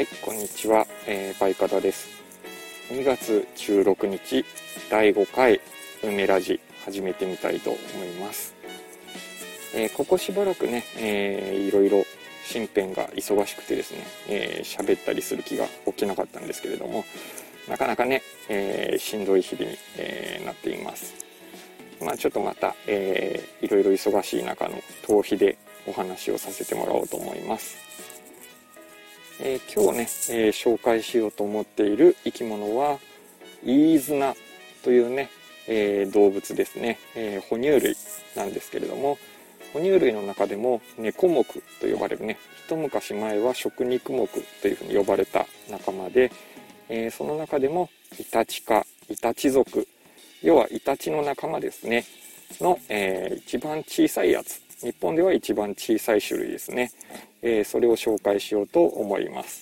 はい、こんにちは、バイカダです。2月16日第5回梅ラジ始めてみたいと思います。ここしばらくね、いろいろ身辺が忙しくてですね、喋ったりする気が起きなかったんですけれども、なかなかね、しんどい日々に、なっています。ちょっとまた、いろいろ忙しい中の逃避でお話をさせてもらおうと思います。今日ね、紹介しようと思っている生き物はイイズナというね、動物ですね、哺乳類なんですけれども、哺乳類の中でも猫目と呼ばれるね、一昔前は食肉目というふうに呼ばれた仲間で、その中でもイタチ科、イタチ属、要はイタチの仲間ですねの、一番小さいやつ、日本では一番小さい種類ですね。それを紹介しようと思います。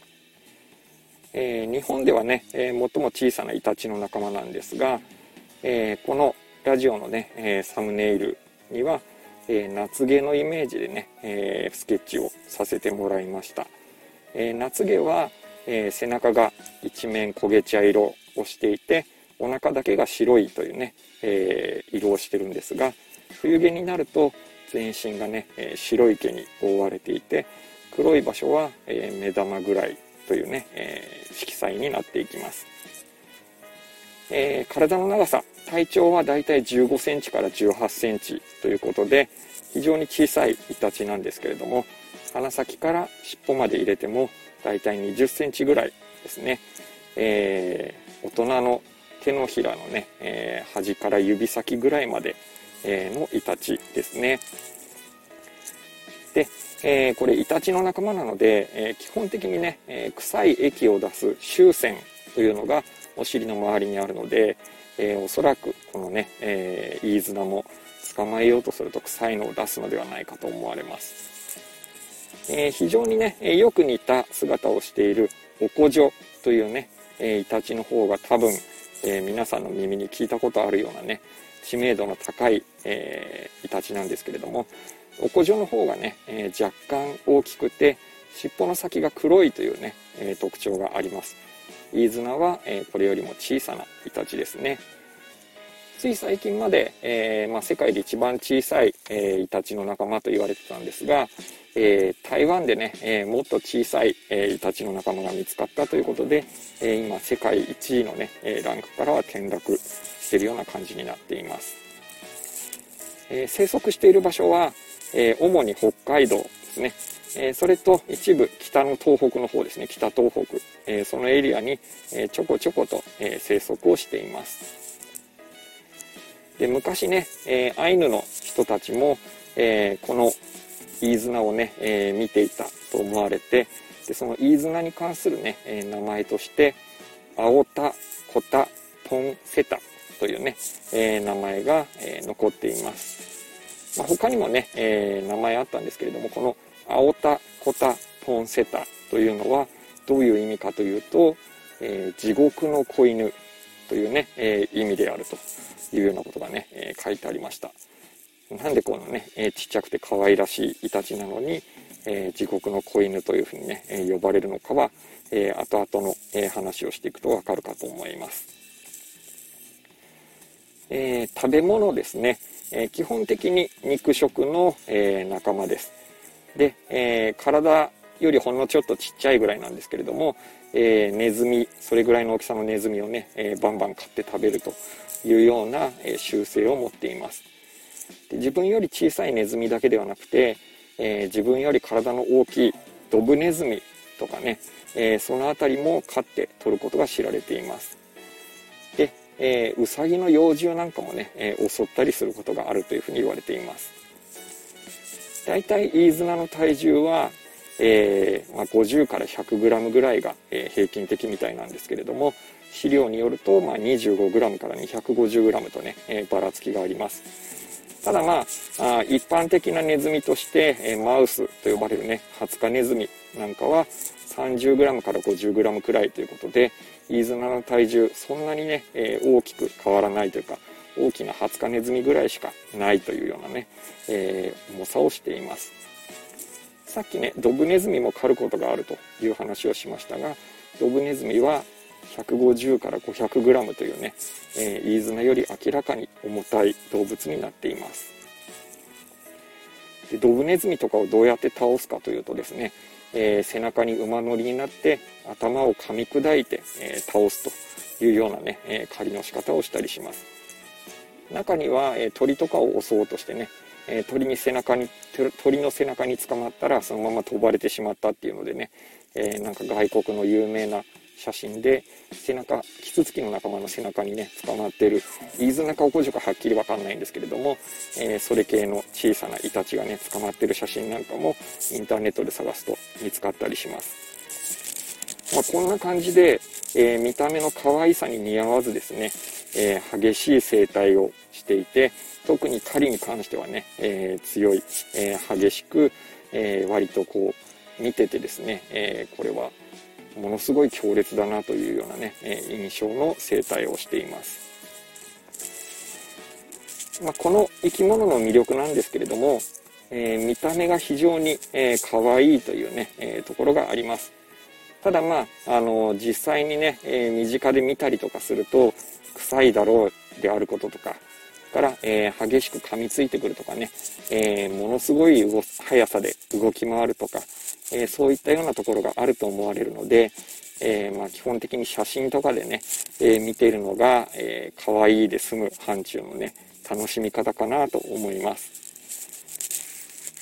日本ではね、最も小さなイタチの仲間なんですが、このラジオのね、サムネイルには、夏毛のイメージでね、スケッチをさせてもらいました。夏毛は、背中が一面焦げ茶色をしていて、お腹だけが白いというね、色をしてるんですが、冬毛になると全身がね、白い毛に覆われていて、黒い場所は、目玉ぐらいというね、色彩になっていきます。体の長さ、体長はだいたい15センチから18センチということで、非常に小さいイタチなんですけれども、鼻先から尻尾まで入れてもだいたい20センチぐらいですね。大人の手のひらのね、端から指先ぐらいまでのイタチですね。で、これイタチの仲間なので、基本的にね、臭い液を出す臭腺というのがお尻の周りにあるので、おそらくこのね、イイズナも捕まえようとすると臭いのを出すのではないかと思われます。非常にね、よく似た姿をしているオコジョというね、イタチの方が多分、皆さんの耳に聞いたことあるようなね、知名度の高い、イタチなんですけれども、オコジョの方がね、若干大きくて尻尾の先が黒いというね、特徴があります。イイズナは、これよりも小さなイタチですね。つい最近まで、世界で一番小さい、イタチの仲間と言われてたんですが、台湾でね、もっと小さい、イタチの仲間が見つかったということで、今世界1位のね、ランクからは転落しているような感じになっています。生息している場所は、主に北海道ですね。それと一部北の東北の方ですね、北東北、そのエリアに、ちょこちょこと、生息をしています。で、昔ね、アイヌの人たちも、このイイズナをね、見ていたと思われて、でそのイイズナに関するね、名前としてアオタ、コタ、ポンセタというね、名前が、残っています。他にもね、名前あったんですけれども、このアオタ、コタ、ポンセタというのはどういう意味かというと、地獄の子犬というね、意味であるというようなことがね、書いてありました。なんでこのね、ちっちゃくて可愛らしいイタチなのに、地獄の子犬というふうにね、呼ばれるのかは、後々の、話をしていくとわかるかと思います。食べ物ですね、基本的に肉食の、仲間です。で、体よりほんのちょっとちっちゃいぐらいなんですけれども、ネズミ、それぐらいの大きさのネズミをね、バンバン買って食べるというような、習性を持っています。で、自分より小さいネズミだけではなくて、自分より体の大きいドブネズミとかね、そのあたりも飼って取ることが知られています。で、ウサギの幼獣なんかもね、襲ったりすることがあるというふうに言われています。だいたいイイズナの体重は、50から100グラムぐらいが、平均的みたいなんですけれども、飼料によると、25グラムから250グラムとね、ばらつきがあります。ただ一般的なネズミとして、マウスと呼ばれるね、ハツカネズミなんかは30グラムから50グラムくらいということで、イイズナの体重そんなにね、大きく変わらないというか、大きなハツカネズミぐらいしかないというようなね、重さをしています。 さっきねドブネズミも狩ることがあるという話をしましたが、ドブネズミは150から500グラムというね、飯綱より明らかに重たい動物になっています。でドブネズミとかをどうやって倒すかというとですね、背中に馬乗りになって頭を噛み砕いて、倒すというようなね、狩りの仕方をしたりします。中には、鳥とかを襲おうとしてね、鳥の背中に捕まったらそのまま飛ばれてしまったっていうのでね、なんか外国の有名な写真でキツツキの仲間の背中にね捕まっている飯綱かオコジョかはっきり分かんないんですけれども、それ系の小さなイタチがね捕まっている写真なんかもインターネットで探すと見つかったりします。こんな感じで、見た目の可愛さに似合わずですね、激しい生態をしていて、特に狩りに関してはね、強い、激しく、割とこう見ててですね、これはものすごい強烈だなというようなね、印象の生態をしています。この生き物の魅力なんですけれども、見た目が非常に、可愛いというね、ところがあります。ただ実際にね、身近で見たりとかすると臭いだろうであることとかから、激しく噛みついてくるとかね、ものすごい速さで動き回るとか、そういったようなところがあると思われるので、基本的に写真とかでね、見ているのが、可愛いで済む範疇のね楽しみ方かなと思います。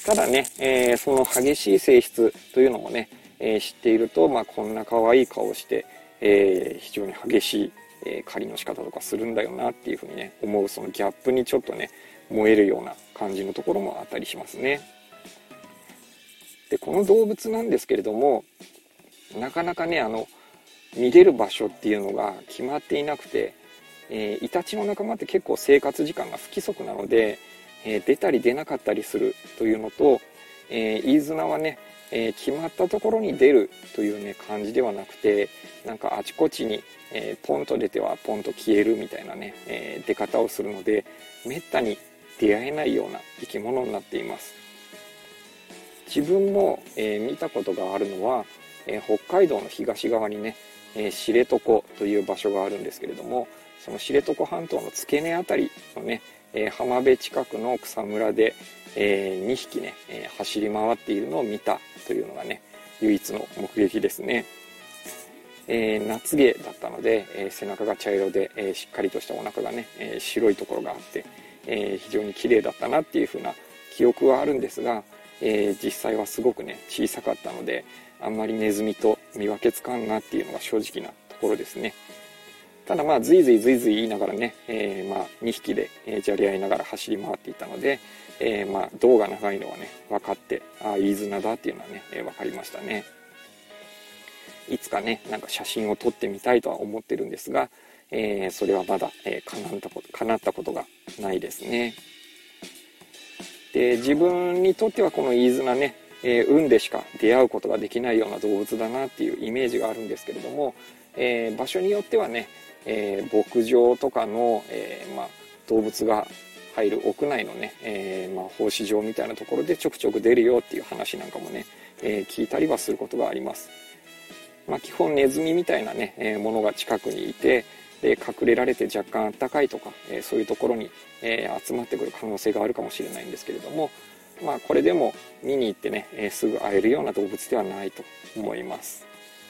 ただね、その激しい性質というのもね、知っていると、こんな可愛い顔をして、非常に激しい、狩りの仕方とかするんだよなっていうふうにね思う、そのギャップにちょっとね燃えるような感じのところもあったりしますね。でこの動物なんですけれども、なかなかね見れる場所っていうのが決まっていなくて、イタチの仲間って結構生活時間が不規則なので、出たり出なかったりするというのと、飯綱はね、決まったところに出るというね感じではなくて、なんかあちこちに、ポンと出てはポンと消えるみたいなね、出方をするので、めったに出会えないような生き物になっています。自分も、見たことがあるのは、北海道の東側にね、知床という場所があるんですけれども、その知床半島の付け根あたりのね、浜辺近くの草むらで、2匹ね、走り回っているのを見たというのがね唯一の目撃ですね。夏毛だったので、背中が茶色で、しっかりとしたお腹がね、白いところがあって、非常に綺麗だったなっていう風な記憶はあるんですが、実際はすごくね小さかったので、あんまりネズミと見分けつかんなっていうのが正直なところですね。ただズイズイ言いながらね、2匹で、じゃれ合いながら走り回っていたので、胴が長いのはね分かって、飯綱だっていうのはね、分かりましたね。いつかねなんか写真を撮ってみたいとは思ってるんですが、それはまだ、叶ったことがないですね。で自分にとってはこの飯綱ね、運でしか出会うことができないような動物だなっていうイメージがあるんですけれども、場所によってはね、牧場とかの、動物が入る屋内のね、放飼場みたいなところでちょくちょく出るよっていう話なんかもね、聞いたりはすることがあります。基本ネズミみたいなね、ものが近くにいて、で隠れられて若干あったかいとか、そういうところに、集まってくる可能性があるかもしれないんですけれども、これでも見に行ってね、すぐ会えるような動物ではないと思います。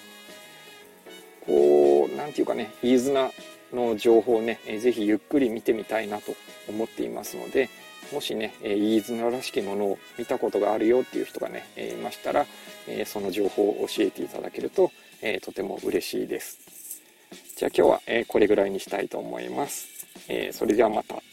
なんていうかね、飯綱の情報をね、ぜひゆっくり見てみたいなと思っていますので、もしね、飯綱らしきものを見たことがあるよっていう人がね、いましたら、その情報を教えていただけると、とても嬉しいです。じゃあ今日は、これぐらいにしたいと思います。それではまた。